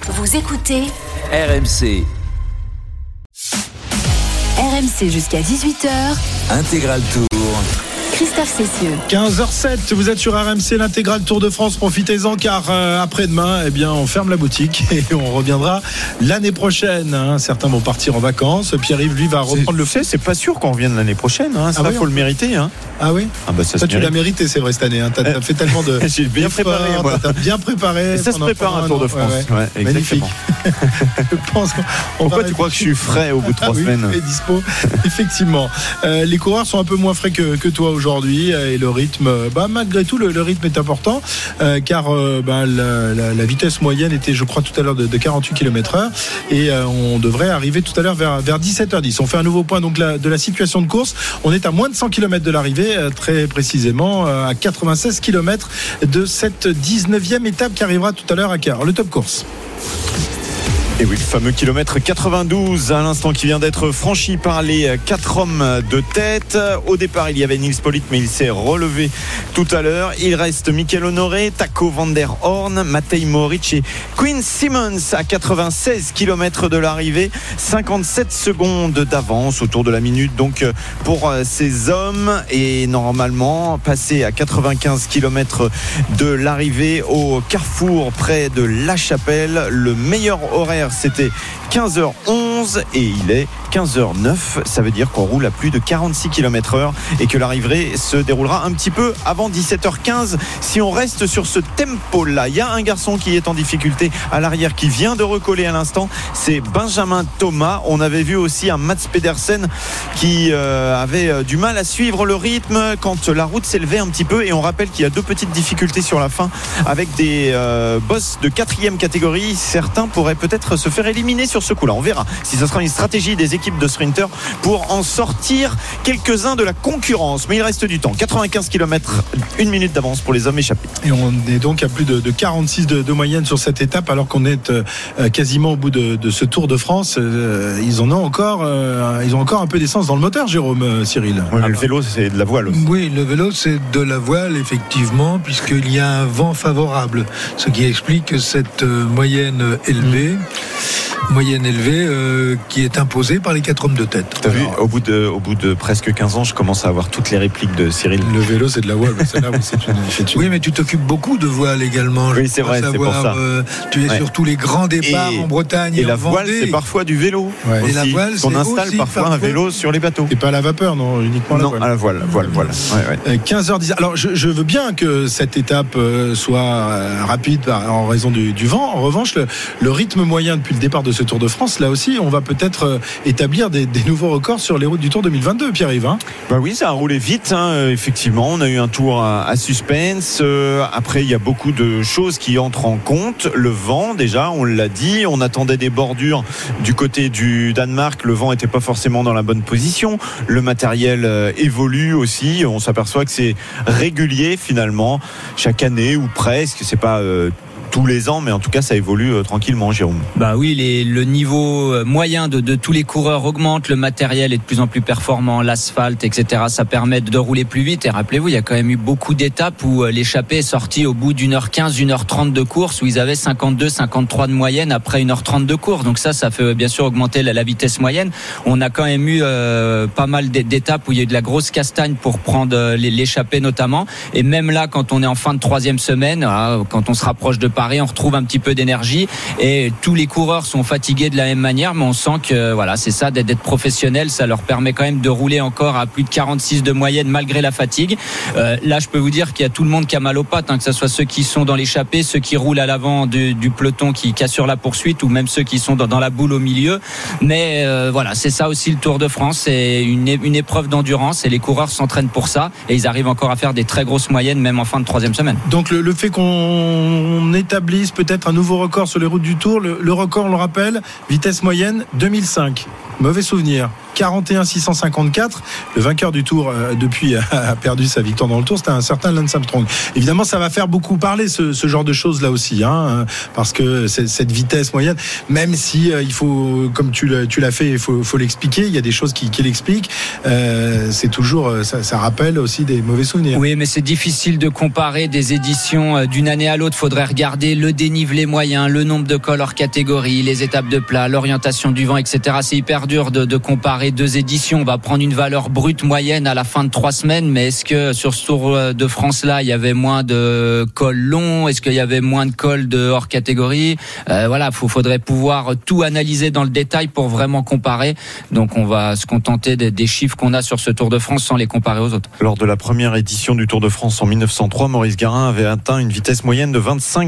Vous écoutez RMC. RMC jusqu'à 18h. Intégral Tour. Christophe Cessieux. 15h07, vous êtes sur RMC, l'intégral Tour de France. Profitez-en car après-demain, on ferme la boutique et on reviendra l'année prochaine. Certains vont partir en vacances. Pierre-Yves, lui, va reprendre le fait. C'est pas sûr qu'on revienne l'année prochaine. Ça, faut le mériter. Ah oui. Ça tu l'as mérité, c'est vrai, cette année. T'as fait tellement de. J'ai bien préparé. T'as bien préparé. Et ça se prépare un Tour de France. Ouais, magnifique. Je pense qu'on. Pourquoi tu crois que je suis frais au bout de 3 semaines? Oui, dispo. Effectivement. Les coureurs sont un peu moins frais que toi aujourd'hui et le rythme, malgré tout, le rythme est important car la vitesse moyenne était, je crois, tout à l'heure de 48 km/h et on devrait arriver tout à l'heure vers 17h10. On fait un nouveau point donc de la situation de course. On est à moins de 100 km de l'arrivée, très précisément à 96 km de cette 19e étape qui arrivera tout à l'heure à Cahors. Le top course. Et oui, le fameux kilomètre 92 à l'instant qui vient d'être franchi par les 4 hommes de tête. Au départ, il y avait Nils Politt, mais il s'est relevé tout à l'heure. Il reste Mikel Honoré, Taco van der Horn, Matej Mohoric et Quinn Simmons à 96 km de l'arrivée. 57 secondes d'avance autour de la minute donc pour ces hommes. Et normalement, passé à 95 km de l'arrivée au carrefour près de La Chapelle, le meilleur horaire c'était 15h11 et il est 15h09. Ça veut dire qu'on roule à plus de 46 km/h et que l'arrivée se déroulera un petit peu avant 17h15 si on reste sur ce tempo là. Il y a un garçon qui est en difficulté à l'arrière qui vient de recoller à l'instant, c'est Benjamin Thomas. On avait vu aussi un Mats Pedersen qui avait du mal à suivre le rythme quand la route s'élevait un petit peu, et on rappelle qu'il y a 2 petites difficultés sur la fin avec des bosses de 4e catégorie. Certains pourraient peut-être se faire éliminer sur ce coup-là. On verra si ce sera une stratégie des équipes de sprinters pour en sortir quelques-uns de la concurrence. Mais il reste du temps. 95 km, 1 minute d'avance pour les hommes échappés. Et on est donc à plus de 46 de moyenne sur cette étape, alors qu'on est quasiment au bout de ce Tour de France. Ils ont encore un peu d'essence dans le moteur, Jérôme, Cyril. Oui, le vélo, c'est de la voile aussi. Oui, le vélo, c'est de la voile, effectivement, puisqu'il y a un vent favorable, ce qui explique cette moyenne élevée. Qui est imposée par les 4 hommes de tête. T'as vu, au bout de presque 15 ans, je commence à avoir toutes les répliques de Cyril. Le vélo, c'est de la voile. Celle-là, oui, mais tu t'occupes beaucoup de voile également. Oui, c'est vrai, c'est pour ça. Tu es sur tous les grands départs en Bretagne et la en Vendée. voile, c'est parfois du vélo. Ouais. Aussi. Et la voile, on installe parfois un vélo sur les bateaux. Et pas à la vapeur, non, uniquement à la voile. Voilà. Ouais. 15h10. Alors, je veux bien que cette étape soit rapide en raison du vent. En revanche, le rythme moyen depuis le départ de ce Tour de France, là aussi, on va peut-être établir des nouveaux records sur les routes du Tour 2022, Pierre-Yves. Oui, ça a roulé vite, effectivement. On a eu un tour à suspense. Après, il y a beaucoup de choses qui entrent en compte. Le vent, déjà, on l'a dit. On attendait des bordures du côté du Danemark. Le vent n'était pas forcément dans la bonne position. Le matériel évolue aussi. On s'aperçoit que c'est régulier, finalement, chaque année ou presque. C'est pas tous les ans, mais en tout cas ça évolue tranquillement, Jérôme. Oui, le niveau moyen de tous les coureurs augmente, le matériel est de plus en plus performant, l'asphalte, etc. Ça permet de rouler plus vite. Et rappelez-vous, il y a quand même eu beaucoup d'étapes où l'échappée est sortie au bout d'1h15, 1h30 de course, où ils avaient 52, 53 de moyenne après 1h30 de course. Donc ça fait bien sûr augmenter la vitesse moyenne. On a quand même eu pas mal d'étapes où il y a eu de la grosse castagne pour prendre l'échappée notamment. Et même là, quand on est en fin de 3e semaine, quand on se rapproche de Paris, on retrouve un petit peu d'énergie et tous les coureurs sont fatigués de la même manière, mais on sent que c'est ça, d'être professionnel, ça leur permet quand même de rouler encore à plus de 46 de moyenne malgré la fatigue. Là, je peux vous dire qu'il y a tout le monde qui a mal aux pattes, que ce soit ceux qui sont dans l'échappée, ceux qui roulent à l'avant du peloton qui assurent la poursuite, ou même ceux qui sont dans la boule au milieu. Mais c'est ça aussi le Tour de France, c'est une épreuve d'endurance et les coureurs s'entraînent pour ça et ils arrivent encore à faire des très grosses moyennes même en fin de 3e semaine. Donc le fait qu'on établisse peut-être un nouveau record sur les routes du Tour, le record, on le rappelle, vitesse moyenne 2005. Mauvais souvenir. 41 654. Le vainqueur du Tour depuis a perdu sa victoire dans le Tour. C'était un certain Lance Armstrong. Évidemment, ça va faire beaucoup parler ce genre de choses là aussi, hein, parce que cette vitesse moyenne, même si il faut, comme tu l'as fait, il faut l'expliquer. Il y a des choses qui l'expliquent. C'est toujours, ça rappelle aussi des mauvais souvenirs. Oui, mais c'est difficile de comparer des éditions d'une année à l'autre. Faudrait regarder le dénivelé moyen, le nombre de cols hors catégorie, les étapes de plat, l'orientation du vent, etc. C'est hyper dur de comparer deux éditions. On va prendre une valeur brute moyenne à la fin de 3 semaines, mais est-ce que sur ce Tour de France-là, il y avait moins de cols longs? Est-ce qu'il y avait moins de cols de hors catégorie? Voilà, faudrait pouvoir tout analyser dans le détail pour vraiment comparer. Donc on va se contenter des chiffres qu'on a sur ce Tour de France sans les comparer aux autres. Lors de la première édition du Tour de France en 1903, Maurice Garin avait atteint une vitesse moyenne de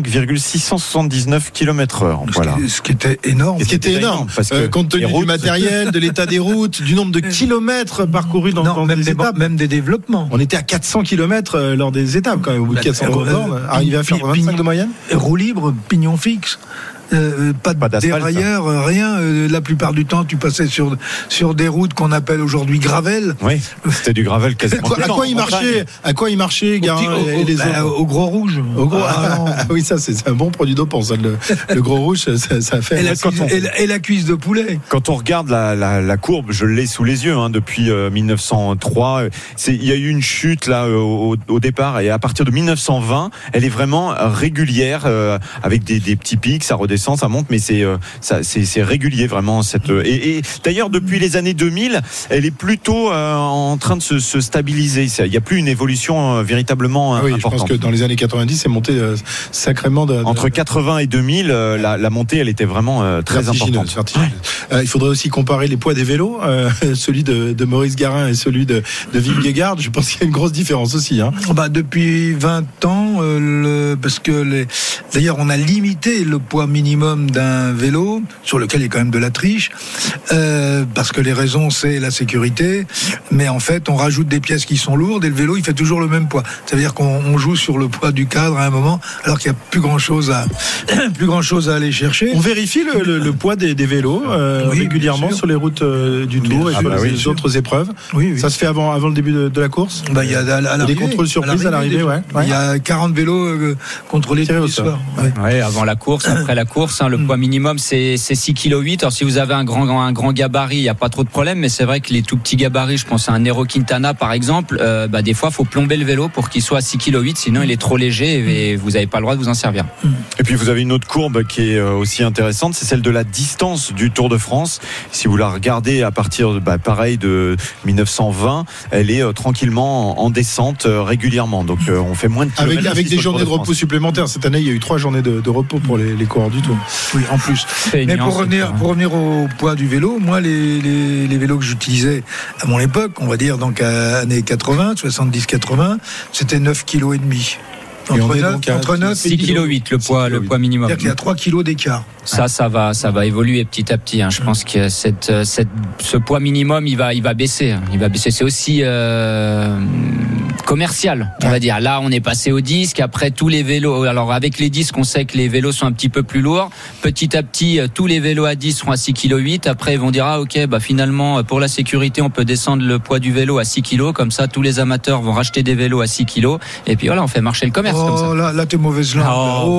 25,679 km/h. Voilà. Ce qui était énorme. Ce qui était énorme, parce que compte tenu du matériel, de l'état des routes, du nombre de kilomètres parcourus dans même des étapes. Même des développements. On était à 400 km lors des étapes quand même, au bout de 400 km, arrivé à faire 25 de moyenne. Roue libre, pignon fixe. Pas de dérailleur, rien. La plupart du temps, tu passais sur des routes qu'on appelle aujourd'hui gravel. Oui, c'était du gravel quasiment. À quoi il marchait, Garin et les autres? Au Gros Rouge. Oui, ça c'est un bon produit dopant, ça. Le Gros Rouge, ça fait. Et la cuisse de poulet. Quand on regarde la courbe, je l'ai sous les yeux, hein, depuis 1903. Il y a eu une chute là au départ, et à partir de 1920, elle est vraiment régulière, avec des petits pics, ça redescend, ça monte, mais c'est régulier vraiment et d'ailleurs depuis les années 2000, elle est plutôt en train de se stabiliser. Il n'y a plus une évolution véritablement importante. Je pense que dans les années 90, c'est monté sacrément. Entre 80 et 2000, la montée, elle était vraiment très importante. Il faudrait aussi comparer les poids des vélos, celui de Maurice Garin et celui de Vingegaard. Je pense qu'il y a une grosse différence aussi. Hein. Depuis 20 ans, parce que d'ailleurs on a limité le poids minimum d'un vélo, sur lequel il y a quand même de la triche, parce que les raisons c'est la sécurité, mais en fait on rajoute des pièces qui sont lourdes et le vélo il fait toujours le même poids. Ça veut dire qu'on joue sur le poids du cadre à un moment, alors qu'il n'y a plus grand chose à aller chercher. On vérifie le poids des vélos régulièrement sur les routes du Tour et sur les autres épreuves. Oui. Ça se fait avant le début de la course. Il y a des contrôles surprises à l'arrivée. Il y a 40 vélos contrôlés tous les soirs. Avant la course, après la course, le poids minimum c'est 6,8 kg. Alors si vous avez un grand gabarit, il n'y a pas trop de problème, mais c'est vrai que les tout petits gabarits, je pense à un Nero Quintana par exemple, des fois il faut plomber le vélo pour qu'il soit à 6,8 kg, sinon il est trop léger et vous n'avez pas le droit de vous en servir. Et puis vous avez une autre courbe qui est aussi intéressante, c'est celle de la distance du Tour de France. Si vous la regardez à partir de 1920, elle est tranquillement en descente régulièrement, donc on fait moins de kilomètres avec des journées de repos supplémentaires. Cette année il y a eu 3 journées de repos pour les coureurs du Tour. Oui, en plus. Mais pour revenir au poids du vélo, moi, les vélos que j'utilisais à mon époque, on va dire donc à années 80, 70-80, c'était 9,5 kg. Entre 9 et 6,8 kg le poids minimum. C'est-à-dire qu'il y a 3 kg d'écart. Ça va évoluer petit à petit. Je pense que ce poids minimum, il va baisser. Il va baisser. C'est aussi commercial, on va dire. Là, on est passé au disque. Après, tous les vélos. Alors, avec les disques, on sait que les vélos sont un petit peu plus lourds. Petit à petit, tous les vélos à 10 seront à 6,8 kg. Après, ils vont dire, finalement, pour la sécurité, on peut descendre le poids du vélo à 6 kg. Comme ça, tous les amateurs vont racheter des vélos à 6 kg. Et puis voilà, on fait marcher le commerce comme ça. Là, t'es mauvaise langue.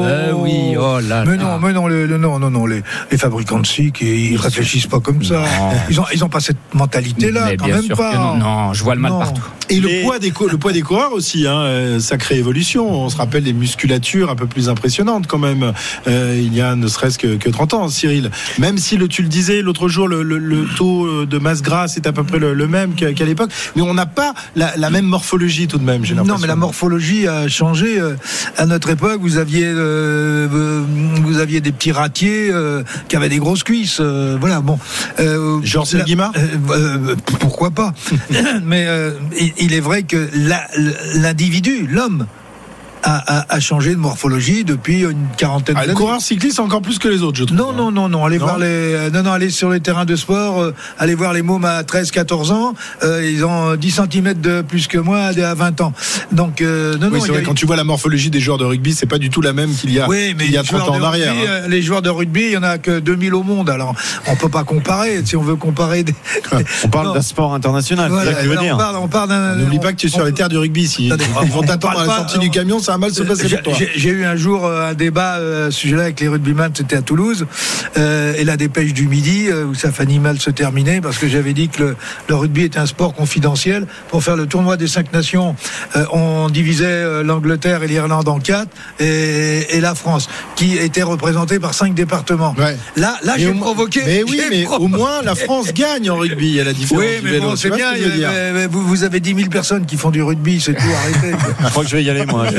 Non, les fabricants de cycles, ils réfléchissent pas comme ça. Ils ont pas cette mentalité-là, quand même pas. Non, je vois le mal partout. Et le poids des coureurs aussi, sacrée évolution. On se rappelle des musculatures un peu plus impressionnantes quand même. Il y a ne serait-ce que 30 ans, Cyril. Même si tu le disais l'autre jour, le taux de masse grasse est à peu près le même qu'à l'époque, mais on n'a pas la même morphologie tout de même. J'ai l'impression. Non, mais la morphologie a changé. À notre époque, vous aviez des petits ratiers qui avaient des grosses cuisses. Voilà, bon. Georges Guimard pourquoi pas. Mais il est vrai que l'individu, l'homme, a changé de morphologie depuis une quarantaine d'années. Le coureur cycliste encore plus que les autres, je trouve. Non. Allez voir allez sur les terrains de sport, allez voir les mômes à 13, 14 ans, ils ont 10 cm de plus que moi à 20 ans. Donc, c'est vrai, quand tu vois la morphologie des joueurs de rugby, c'est pas du tout la même qu'il y a, il y a 30 ans en arrière. Les joueurs de rugby, il y en a que 2000 au monde, alors on peut pas comparer. Si on veut comparer on parle d'un sport international, voilà, c'est ça que tu veux dire. On parle N'oublie pas que tu es sur les terres du rugby ici. Ils vont t'attendre à la sortie du camion, ça va mal se passer pour toi. J'ai eu un jour un débat à ce sujet-là avec les rugbyman, c'était à Toulouse, et la dépêche du midi, où ça finit mal se terminer, parce que j'avais dit que le rugby était un sport confidentiel. Pour faire le tournoi des 5 nations, on divisait l'Angleterre et l'Irlande en 4, et la France, qui était représentée par 5 départements. Ouais. Là j'ai provoqué. Mais au moins la France gagne en rugby, à la différence du vélo. C'est bien. Vous avez 10 000 personnes qui font du rugby, c'est tout. Arrêtez. Je crois que je vais y aller, moi.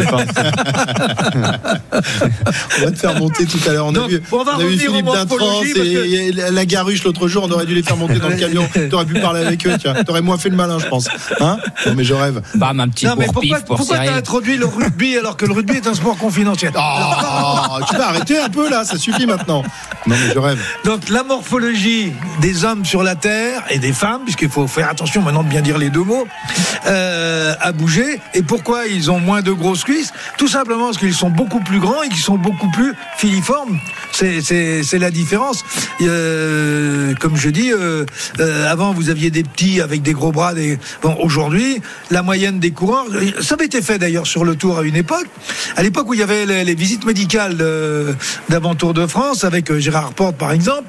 On va te faire monter tout à l'heure. On a vu Philippe Dintrans et la Garuche l'autre jour. On aurait dû les faire monter dans le camion. T'aurais pu parler avec eux. T'aurais moins fait le malin, je pense. Hein? Non, mais je rêve. Bam, un petit pourquoi t'as introduit le rugby alors que le rugby est un sport confidentiel? Tu vas arrêter un peu là, ça suffit maintenant. Non, mais je rêve. Donc la morphologie des hommes sur la terre et des femmes, puisqu'il faut faire attention maintenant de bien dire les deux mots, a bougé. Et pourquoi ils ont moins de grosses cuisses? Tout simplement parce qu'ils sont beaucoup plus grands et qu'ils sont beaucoup plus filiformes. C'est la différence. Comme je dis, avant vous aviez des petits avec des gros bras. Aujourd'hui, la moyenne des coureurs, ça avait été fait d'ailleurs sur le Tour à une époque. À l'époque où il y avait les visites médicales d'avant Tour de France avec Gérard Porte par exemple,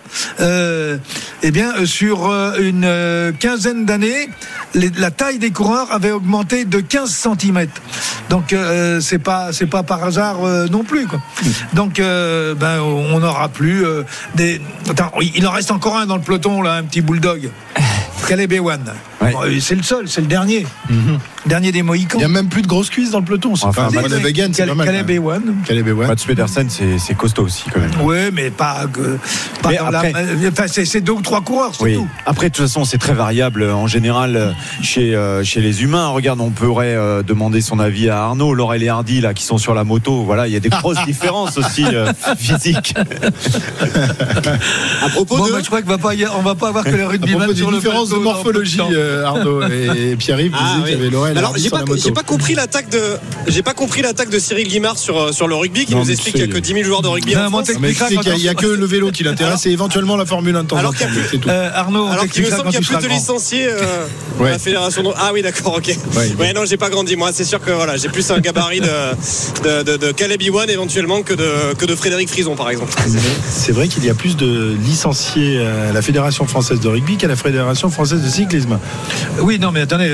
sur une quinzaine d'années, la taille des coureurs avait augmenté de 15 cm. Donc c'est pas par hasard non plus, quoi. Donc on n'aura plus il en reste encore un dans le peloton là, un petit bulldog. Caleb Ewan. Ouais. C'est le seul, c'est le dernier. Dernier des Mohicans. Il n'y a même plus de grosses cuisses dans le peloton. C'est pas mal. Vegan, c'est pas mal. Caleb Ewan. Mats Pedersen, c'est costaud aussi quand même. Oui, mais pas mais dans après, c'est 2 ou 3 coureurs, c'est tout. Après, de toute façon, c'est très variable en général chez les humains. Regarde, on pourrait demander son avis à Arnaud, Laurel et Hardy là, qui sont sur la moto. Voilà, il y a des grosses différences aussi physiques. À propos je crois qu'on va pas avoir que les rugbyman sur le différence de morphologie, Arnaud et Pierre-Yves disait qu'il y avait Laurel. Alors j'ai pas compris l'attaque de Cyril Guimard sur le rugby qui nous explique qu'il n'y a que 10 000 joueurs de rugby en France. Il n'y a que le vélo qui l'intéresse et éventuellement la Formule 1 de temps en temps. C'est tout. Arnaud, alors qu'il me semble qu'il y a plus de licenciés dans la fédération. Ah oui, d'accord, ok. Ouais, non, j'ai pas grandi moi. C'est sûr que voilà, j'ai plus un gabarit de Caleb Ewan éventuellement que de Frédéric Frison par exemple. C'est vrai qu'il y a plus de licenciés à la Fédération française de rugby qu'à la Fédération française de cyclisme. Oui, non, mais attendez,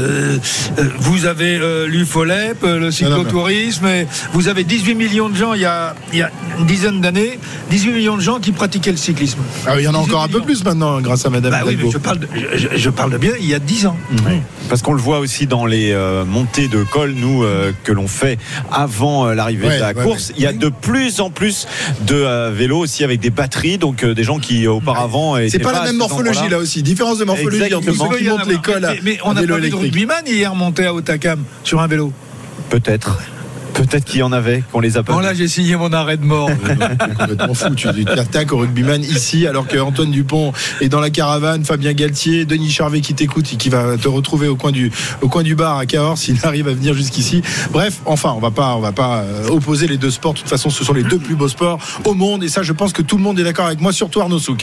vous avez l'UFOLEP, le cyclotourisme, et vous avez 18 millions de gens il y a une dizaine d'années, 18 millions de gens qui pratiquaient le cyclisme. Ah oui, il y en a encore un peu plus maintenant grâce à Madame oui, mais je parle de bien il y a 10 ans. Oui. Parce qu'on le voit aussi dans les montées de col, nous, que l'on fait avant l'arrivée de la course. Il y a de plus en plus de vélos aussi avec des batteries, donc des gens qui auparavant étaient c'est pas la même morphologie là aussi, différence de morphologie entre ceux qui montent l'école. Mais on n'a pas vu de rugbyman hier monter à Hautacam sur un vélo. Peut-être qu'il y en avait, qu'on les a pas. Bon, là, j'ai signé mon arrêt de mort. Complètement fou. Tu t'attaques au rugbyman ici, alors que Antoine Dupont est dans la caravane, Fabien Galtier, Denis Charvet qui t'écoute et qui va te retrouver au coin du bar à Cahors s'il arrive à venir jusqu'ici. Bref, enfin, on va pas opposer les deux sports. De toute façon, ce sont les deux plus beaux sports au monde. Et ça, je pense que tout le monde est d'accord avec moi, surtout Arnaud Souk.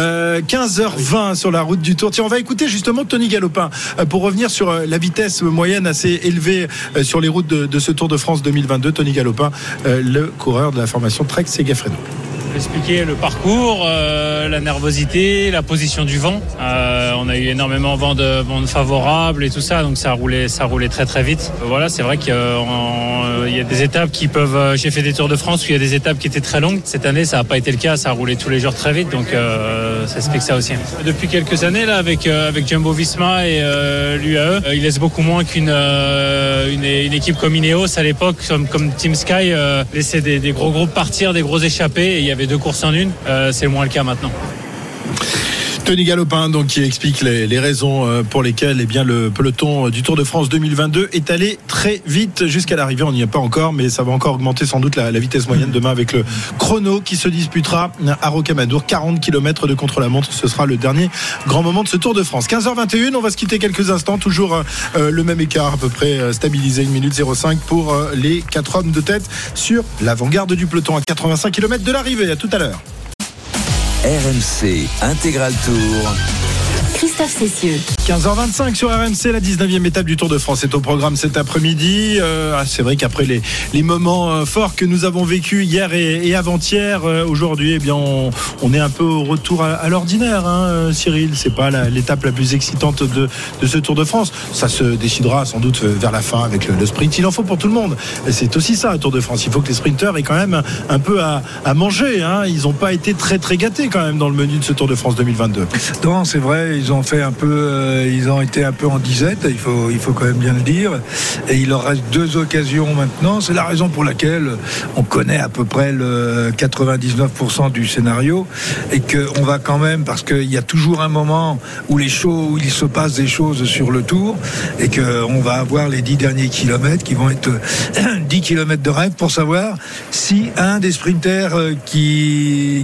15h20 sur la route du Tour. Tiens, on va écouter justement Tony Galopin pour revenir sur la vitesse moyenne assez élevée sur les routes de ce Tour de France 2022. Tony Galopin, le coureur de la formation Trek Segafredo. Expliquer le parcours, la nervosité, la position du vent. On a eu énormément de vent favorable et tout ça, donc ça roulait très très vite. Voilà, c'est vrai qu'il y a des étapes qui peuvent. J'ai fait des Tours de France où il y a des étapes qui étaient très longues. Cette année, ça n'a pas été le cas. Ça a roulé tous les jours très vite, donc ça explique ça aussi. Depuis quelques années là, avec Jumbo-Visma et l'UAE, ils laissent beaucoup moins qu'une équipe comme Ineos à l'époque, comme Team Sky, laisser des gros groupes partir, des gros échappés. Et il y avait 2 courses en une. C'est moins le cas maintenant. Tony Galopin, donc, qui explique les raisons pour lesquelles le peloton du Tour de France 2022 est allé très vite jusqu'à l'arrivée. On n'y est pas encore, mais ça va encore augmenter sans doute la vitesse moyenne demain avec le chrono qui se disputera à Rocamadour. 40 km de contre-la-montre, ce sera le dernier grand moment de ce Tour de France. 15h21, on va se quitter quelques instants. Toujours le même écart, à peu près stabilisé, 1 minute 05 pour les 4 hommes de tête sur l'avant-garde du peloton à 85 km de l'arrivée. À tout à l'heure. RMC Intégral Tour. Christophe Cessieux. 15h25 sur RMC, la 19e étape du Tour de France est au programme cet après-midi. C'est vrai qu'après les moments forts que nous avons vécus hier et avant-hier, aujourd'hui, on est un peu au retour à l'ordinaire, Cyril. C'est pas l'étape la plus excitante de ce Tour de France. Ça se décidera sans doute vers la fin avec le sprint. Il en faut pour tout le monde. Et c'est aussi ça, un Tour de France. Il faut que les sprinteurs aient quand même un peu à manger. Ils n'ont pas été très très gâtés quand même dans le menu de ce Tour de France 2022. Non, c'est vrai. Ils ont fait un peu, ils ont été un peu en disette, il faut quand même bien le dire. Et il leur reste 2 occasions maintenant. C'est la raison pour laquelle on connaît à peu près le 99% du scénario et qu'on va quand même, parce qu'il y a toujours un moment où il se passe des choses sur le Tour et qu'on va avoir les 10 derniers kilomètres qui vont être 10 kilomètres de rêve pour savoir si un des sprinters qui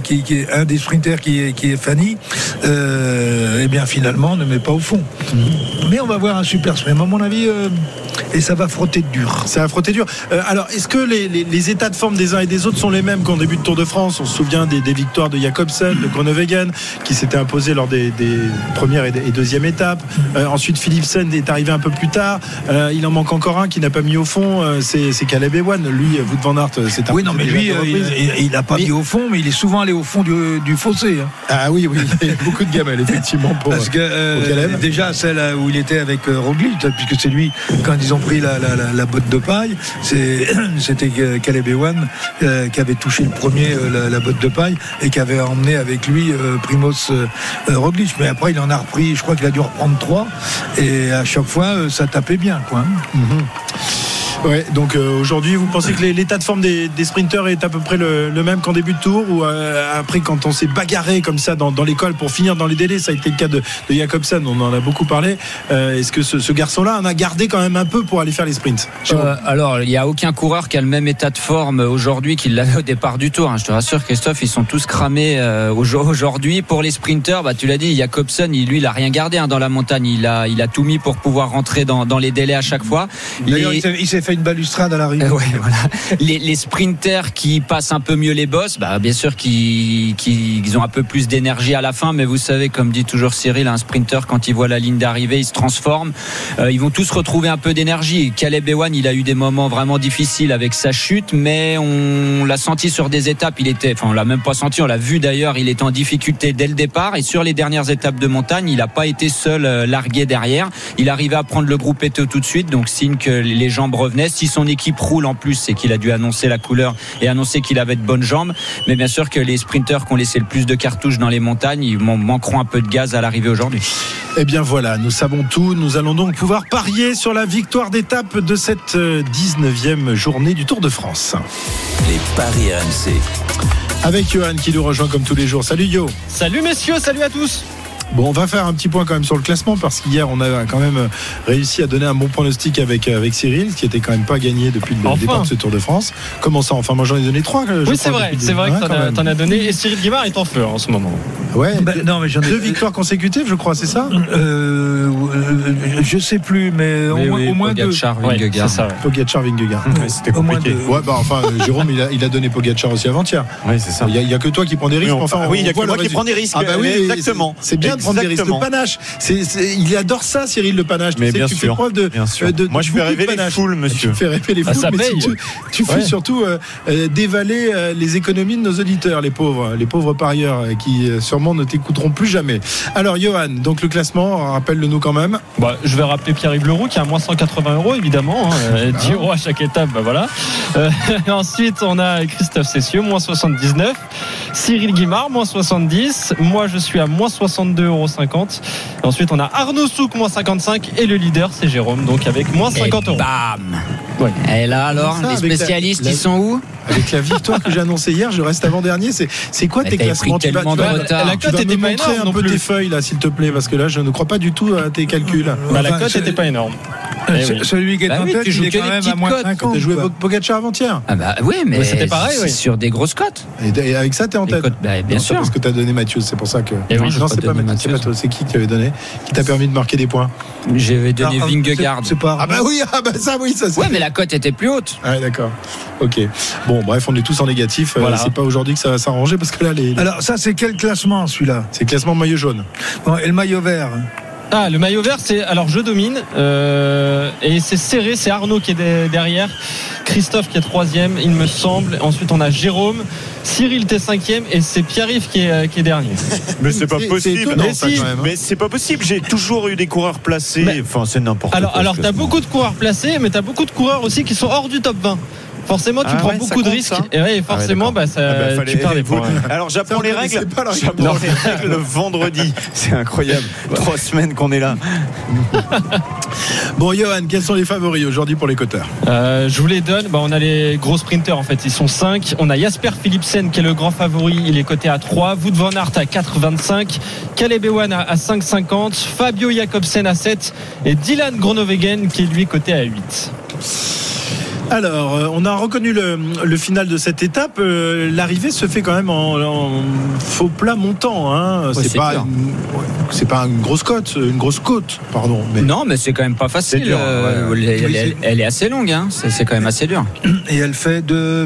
est Fanny, finalement ne met pas au fond. Mais on va voir un super sprint à mon avis, et ça va frotter dur. Ça va frotter dur. Alors, est-ce que les états de forme des uns et des autres sont les mêmes qu'en début de Tour de France? On se souvient des victoires de Jacobsen, de Groenewegen, qui s'étaient imposés lors des premières et deuxième étapes. Ensuite, Philipsen est arrivé un peu plus tard. Il en manque encore un qui n'a pas mis au fond. C'est Caleb Ewan. Lui, Wout van Aert, c'est un. Oui, non, mais lui, il n'a pas mis au fond, mais il est souvent allé au fond du fossé. Ah oui, il y a beaucoup de gamelles, effectivement. Parce que déjà, celle où il était avec Roglic, puisque c'est lui, quand ils ont pris la botte de paille, c'était Caleb Ewan qui avait touché le premier la botte de paille et qui avait emmené avec lui Primoz Roglic. Mais après, il en a repris, je crois qu'il a dû reprendre 3 et à chaque fois, ça tapait bien, quoi. Ouais, donc aujourd'hui, vous pensez que l'état de forme des sprinteurs est à peu près le même qu'en début de tour, ou après, quand on s'est bagarré comme ça dans l'école pour finir dans les délais, ça a été le cas de Jacobsen, on en a beaucoup parlé. Est-ce que ce garçon-là en a gardé quand même un peu pour aller faire les sprints? Alors, il n'y a aucun coureur qui a le même état de forme aujourd'hui qu'il l'avait au départ du tour. Je te rassure, Christophe, ils sont tous cramés aujourd'hui. Pour les sprinteurs, tu l'as dit, Jacobsen, lui, il n'a rien gardé dans la montagne. Il a tout mis pour pouvoir rentrer dans les délais à chaque fois. D'ailleurs, il s'est fait une balustrade à l'arrivée. Ouais, voilà. Les sprinters qui passent un peu mieux les bosses, bien sûr qu'ils ont un peu plus d'énergie à la fin, mais vous savez, comme dit toujours Cyril, un sprinter, quand il voit la ligne d'arrivée, il se transforme. Ils vont tous retrouver un peu d'énergie. Caleb Ewan, il a eu des moments vraiment difficiles avec sa chute, mais on l'a senti sur des étapes, on l'a même pas senti, on l'a vu d'ailleurs, il était en difficulté dès le départ, et sur les dernières étapes de montagne, il n'a pas été seul largué derrière. Il arrivait à prendre le groupe Eto tout de suite, donc signe que les jambes revenaient. Si son équipe roule en plus, c'est qu'il a dû annoncer la couleur et annoncer qu'il avait de bonnes jambes. Mais bien sûr que les sprinteurs qui ont laissé le plus de cartouches dans les montagnes, ils manqueront un peu de gaz à l'arrivée aujourd'hui. Eh bien voilà, nous savons tout. Nous allons donc pouvoir parier sur la victoire d'étape de cette 19e journée du Tour de France. Les paris RMC. Avec Johan qui nous rejoint comme tous les jours. Salut Yo. Salut messieurs, salut à tous. Bon, on va faire un petit point quand même sur le classement, parce qu'hier on a quand même réussi à donner un bon pronostic avec Cyril, qui était quand même pas gagné depuis le départ de ce Tour de France. Comment ça? Enfin, moi j'en ai donné 3. Oui, c'est vrai que t'en as donné. Et Cyril Guimard est en feu en ce moment. Ouais. Non, mais 2 victoires consécutives, je crois, c'est ça? Je sais plus, mais au moins 2. C'est ça. Pogacar, Vingegaard. C'était compliqué. Ouais, enfin, Jérôme, il a donné Pogacar aussi avant-hier. Oui, c'est ça. Il y a que toi qui prends des risques. Oui, il y a que moi qui prends des risques. Ah bah oui, exactement. C'est bien de prendre des risques. Le panache, il adore ça, Cyril, le panache. Mais bien tu sûr, fais preuve de moi je fais rêver les foules, monsieur. Tu fais rêver les foules, mais tu fais surtout dévaler les économies de nos auditeurs, les pauvres parieurs qui sûrement ne t'écouteront plus jamais. Alors Johan, donc le classement, rappelle-le nous quand même. Je vais rappeler Pierre-Yves Leroux qui a moins 180 € évidemment, 10 € à chaque étape, voilà. Ensuite on a Christophe Cessieux, moins 79, Cyril Guimard, moins 70, moi je suis à moins 62,50 €. Ensuite on a Arnaud Souk, moins 55, et le leader c'est Jérôme, donc avec moins 50 €. Bam. Ouais. Et là alors, les spécialistes ils sont où? Avec la victoire que j'ai annoncée hier, je reste avant-dernier. C'est quoi tes classements? Tu vas la cote me était pas montrer énorme un peu tes feuilles là, s'il te plaît, parce que là, je ne crois pas du tout à tes calculs. La cote n'était pas énorme. Celui qui est en tête, tu joues il est que quand des même à petites moins cotes. 50. T'as joué Pogacar avant-hier. Ah bah oui, mais c'était pareil, oui. sur des grosses cotes. Et avec ça, t'es en tête. Bien Non, sûr. Parce que t'as donné Mathieu, c'est pour ça que. Et oui, non, c'est pas Mathieu. C'est qui t'avait donné, qui t'a permis de marquer des points? J'avais donné Vingegaard. C'est pas. Ah bah oui, ça oui, ça. Ouais, mais la cote était plus haute. Ouais, d'accord. Ok. Bon, bref, on est tous en négatif. Voilà. C'est pas aujourd'hui que ça va s'arranger parce que là, Alors ça, c'est quel classement celui-là? c'est classement maillot jaune. Bon, et le maillot vert? Ah, le maillot vert, c'est alors je domine et c'est serré. C'est Arnaud qui est derrière, Christophe qui est 3e, il me semble. Ensuite, on a Jérôme, Cyril t'es 5e et c'est Pierre-Yves qui est dernier. Mais c'est pas possible. étonnant, Mais ça, si. quand même, hein. Mais c'est pas possible. J'ai toujours eu des coureurs placés. Mais- Enfin, c'est n'importe quoi. Alors t'as beaucoup de coureurs placés, mais t'as beaucoup de coureurs aussi qui sont hors du top 20. Forcément, tu prends ouais, ça beaucoup de compte, risques. ça Et ouais, forcément, d'accord. tu perds des points. Alors j'apprends les règles. C'est pas la J'apprends les règles le vendredi. C'est incroyable. 3 semaines qu'on est là. Bon, Johan, quels sont les favoris aujourd'hui pour les coteurs? Je vous les donne. On a les gros sprinters en fait. Ils sont 5. On a Jasper Philipsen qui est le grand favori. Il est coté à 3. Wout van Aert à 4,25. Caleb Ewan à 5,50. Fabio Jakobsen à 7. Et Dylan Groenewegen qui est lui coté à 8. Alors, on a reconnu le final de cette étape. L'arrivée se fait quand même en faux plat montant. Hein. Ouais, C'est pas une grosse côte, pardon. Mais Non, mais c'est quand même pas facile. C'est dur, Elle est assez longue, hein. C'est quand même assez dur. Et elle fait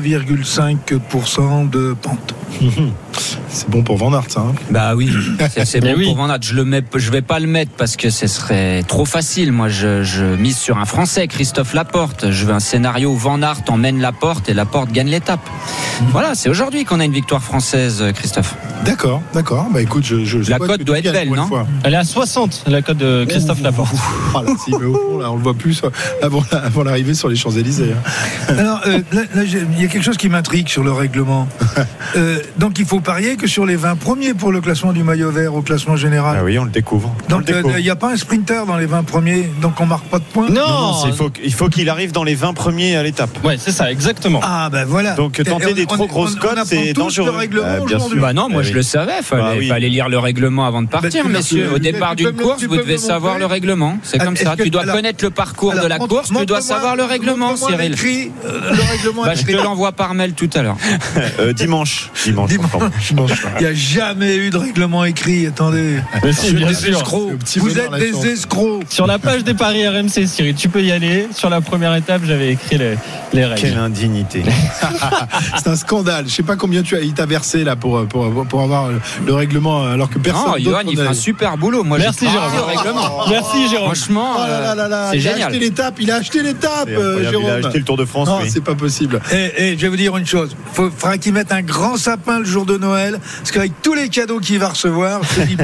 2,5% de pente. c'est bon pour Van Aert, ça. Hein. Bah oui, c'est bon oui. pour Van Aert. Je vais pas le mettre parce que ce serait trop facile. Moi, je mise sur un Français, Christophe Laporte. Je veux un scénario où Van Aert emmène Laporte et Laporte gagne l'étape. Voilà, c'est aujourd'hui qu'on a une victoire française, Christophe. D'accord. Bah écoute, La cote doit être belle, non? Elle est à 60, la cote de Christophe Laporte. Ah, là, si, mais au fond, là, on le voit plus avant l'arrivée sur les Champs-Élysées. Hein. Alors, là, il y a quelque chose qui m'intrigue sur le règlement. Donc, il faut parier que sur les 20 premiers pour le classement du maillot vert au classement général. Ah oui, on le découvre. Donc, il n'y a pas un sprinter dans les 20 premiers, donc on marque pas de points. Non, Il faut qu'il arrive dans les 20 premiers à l'étape. Ouais, c'est ça, exactement. Ah, ben voilà. Donc, tenter des trop grosses cotes, c'est dangereux. Le règlement Bien aujourd'hui. sûr. Bah non, moi Ah je oui. le savais. Fallait lire le règlement avant de partir, tu l'as- messieurs. Au départ tu peux d'une me- course, tu vous peux devez me savoir montrer le règlement. C'est comme Est-ce ça. que- Tu dois alors- connaître le parcours de la course. Tu dois savoir le règlement, Cyril. Le règlement Bah, je te écrit. l'envoie par mail tout à l'heure. Dimanche. Il n'y a jamais eu de règlement écrit, attendez. Mais si, bien sûr. Escrocs. petit Vous bonheur, êtes la des chance. escrocs. Sur la page des paris RMC, Cyril, tu peux y aller. Sur la première étape, j'avais écrit les règles. Quelle indignité. C'est un scandale. Je sais pas combien il t'a versé là pour avoir le règlement alors que personne. Non, d'autre Johan, il n'en fait un a- super boulot. Moi, Merci, j'ai Jérôme. le règlement. Merci, Jérôme. Franchement, Oh là là là, c'est il a génial. acheté l'étape. Il a acheté l'étape, C'est incroyable, Jérôme. il a acheté le Tour de France. Non, oui. c'est pas possible. Et je vais vous dire une chose, il faudra qu'il mette un grand sapin le jour de Noël, parce qu'avec tous les cadeaux qu'il va recevoir, je te dis pas.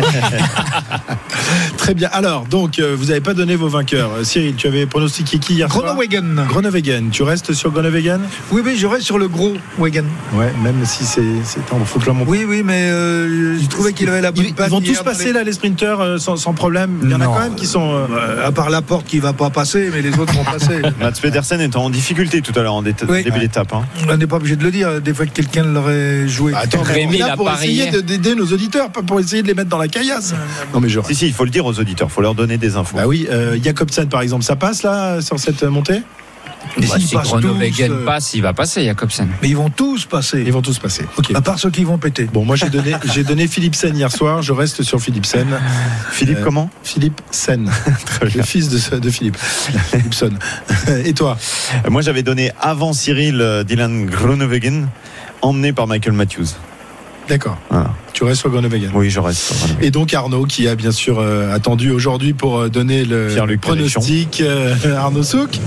Très bien. Alors, donc, vous n'avez pas donné vos vainqueurs. Cyril, tu avais pronostiqué qui hier soir? Groenewegen. Groenewegen. Tu restes sur Groenewegen? Oui, je reste sur le gros Wegen. Ouais, même si c'est faut que je la montre. Oui, mais je trouvais qu'il avait la bonne Ils patte vont hier tous dans passer là, les sprinteurs, sans problème. Il y en a Non. quand même qui sont. à part Laporte qui va pas passer, mais les autres vont passer. Mats Pedersen est en difficulté tout à l'heure en Oui. début d'étape. Hein. On n'est pas obligé de le dire, des fois que quelqu'un l'aurait joué. Attends, Rémi, on est il là a pour parié. essayer d'aider nos auditeurs, pas pour essayer de les mettre dans la caillasse. Non mais je. Si, il faut le dire aux auditeurs, il faut leur donner des infos. Bah oui, Jakobsen par exemple, ça passe là sur cette montée? Et Bah, s'ils si passent Groenewegen tous, passe, il va passer, Jakobsen. mais ils vont tous passer. Ils vont tous passer. Ok. À part ceux qui vont péter. Bon, moi j'ai donné Philipsen hier soir. Je reste sur Philipsen. Philippe, comment Philippe Sen, le fils de Philippe. Philipson. Et toi? Moi, j'avais donné avant Cyril Dylan Groenewegen, emmené par Michael Matthews. D'accord. Voilà. Tu restes sur Groenewegen. Oui, je reste. Voilà. Et donc Arnaud qui a bien sûr attendu aujourd'hui pour donner le Pierre-Luc pronostic. Arnaud Souk.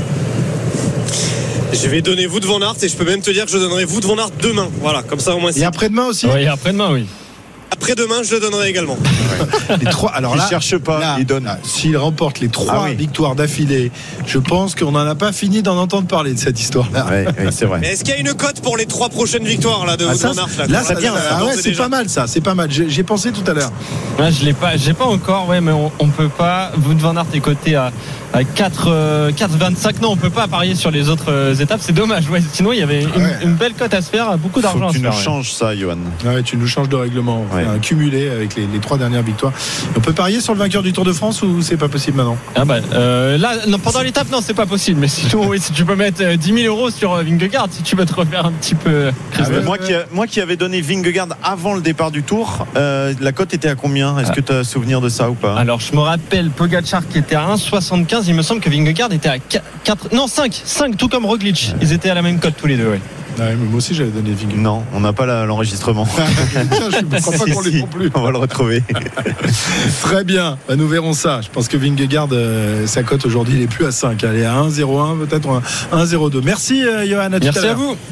Je vais donner Wout van Aert et je peux même te dire que je donnerai Wout van Aert demain. Voilà, comme ça au moins. Et après-demain aussi. Oui, après-demain, oui. après-demain, je le donnerai également. Les 3, alors il là, cherche pas, il donne. S'il remporte les 3 victoires d'affilée, je pense qu'on n'en a pas fini d'en entendre parler de cette histoire-là. Oui, c'est vrai. Mais est-ce qu'il y a une cote pour les 3 prochaines victoires là, de Wout van Aert là, ça vient. C'est pas mal ça, c'est pas mal. J'ai pensé tout à l'heure. Ouais, je l'ai pas encore, mais on peut pas. Wout van Aert est coté à 4,25. Non, on peut pas parier sur les autres étapes. C'est dommage. Ouais, sinon, il y avait une belle cote à se faire, beaucoup d'argent à se faire. Tu nous changes ça, Johan. Ouais, tu nous changes de règlement. Un cumulé avec les 3 dernières victoires. On peut parier sur le vainqueur du Tour de France ou c'est pas possible maintenant? Là, non, pendant l'étape, non, c'est pas possible. Mais sinon, oui, si tu peux mettre 10 000 € sur Vingegaard, si tu veux te refaire un petit peu. Moi qui avais donné Vingegaard avant le départ du Tour, la cote était à combien? Est-ce que tu as souvenir de ça ou pas? Alors, je me rappelle Pogacar qui était à 1,75. Il me semble que Vingegaard était à 5, tout comme Roglic. Ils étaient à la même cote tous les deux. Ouais, mais moi aussi j'avais donné Vingegaard. Non, on n'a pas l'enregistrement. Je ne crois pas qu'on l'ait non plus. On va le retrouver. Très bien, nous verrons ça. Je pense que Vingegaard, sa cote aujourd'hui, il n'est plus à 5. Elle est à 1,01, peut-être 1,02. Merci Johan. Merci à vous.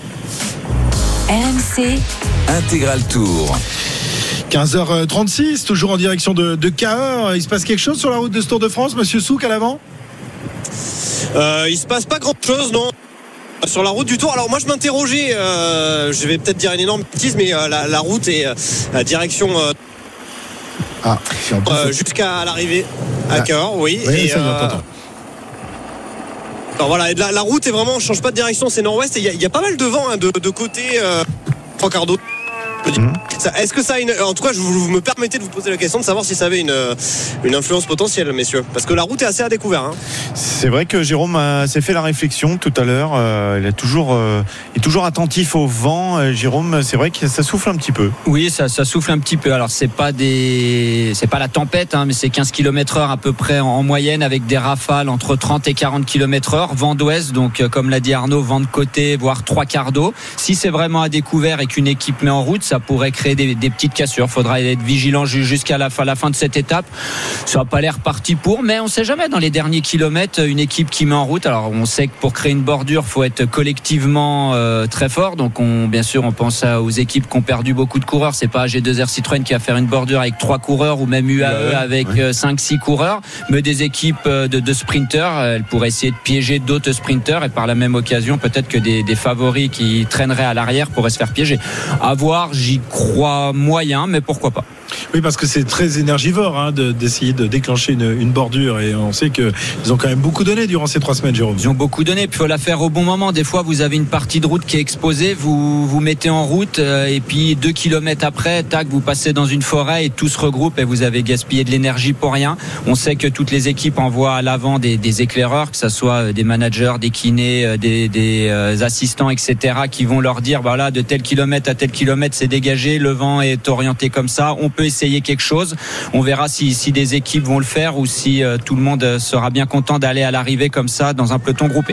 RMC Intégral Tour. 15h36, toujours en direction de Cahors. Il se passe quelque chose sur la route de ce Tour de France, Monsieur Souk à l'avant? Il se passe pas grand chose, non, sur la route du Tour. Alors moi je m'interrogeais, je vais peut-être dire une énorme bêtise, mais la route est à direction jusqu'à l'arrivée à Cahors, oui. Et ça, alors voilà, la route est vraiment, change pas de direction, c'est nord-ouest, et il y a pas mal de vent de côté trois quarts d'eau. Est-ce que ça a une... En tout cas, vous me permettez de vous poser la question de savoir si ça avait une influence potentielle, messieurs, parce que la route est assez à découvert. C'est vrai que Jérôme s'est fait la réflexion tout à l'heure. Il est toujours attentif au vent. Jérôme, c'est vrai que ça souffle un petit peu. Oui, ça souffle un petit peu. Alors c'est pas la tempête, mais c'est 15 km/h à peu près en moyenne, avec des rafales entre 30 et 40 km/h, vent d'ouest, donc comme l'a dit Arnaud, vent de côté, voire 3 quarts d'eau. Si c'est vraiment à découvert et qu'une équipe met en route, ça pourrait créer des petites cassures. Faudra être vigilant jusqu'à la fin de cette étape. Ça n'a pas l'air parti pour, mais on ne sait jamais. Dans les derniers kilomètres, une équipe qui met en route. Alors on sait que pour créer une bordure, faut être collectivement très fort. Donc bien sûr, on pense aux équipes qui ont perdu beaucoup de coureurs. C'est pas AG2R Citroën qui va faire une bordure avec 3 coureurs, ou même UAE avec 5-6 coureurs, mais des équipes de sprinteurs. Elles pourraient essayer de piéger d'autres sprinteurs, et par la même occasion, peut-être que des favoris qui traîneraient à l'arrière pourraient se faire piéger. À voir, j'y crois moyen, mais pourquoi pas. Oui, parce que c'est très énergivore d'essayer de déclencher une bordure, et on sait qu'ils ont quand même beaucoup donné durant ces 3 semaines, Jérôme. Ils ont beaucoup donné, puis il faut la faire au bon moment. Des fois, vous avez une partie de route qui est exposée, vous mettez en route, et puis 2 kilomètres après, tac, vous passez dans une forêt et tout se regroupe, et vous avez gaspillé de l'énergie pour rien. On sait que toutes les équipes envoient à l'avant des éclaireurs, que ce soit des managers, des kinés, des assistants, etc., qui vont leur dire, voilà, de tel kilomètre à tel kilomètre, c'est dégagé, le vent est orienté comme ça, on peut essayer quelque chose. On verra si des équipes vont le faire, ou si tout le monde sera bien content d'aller à l'arrivée comme ça dans un peloton groupé.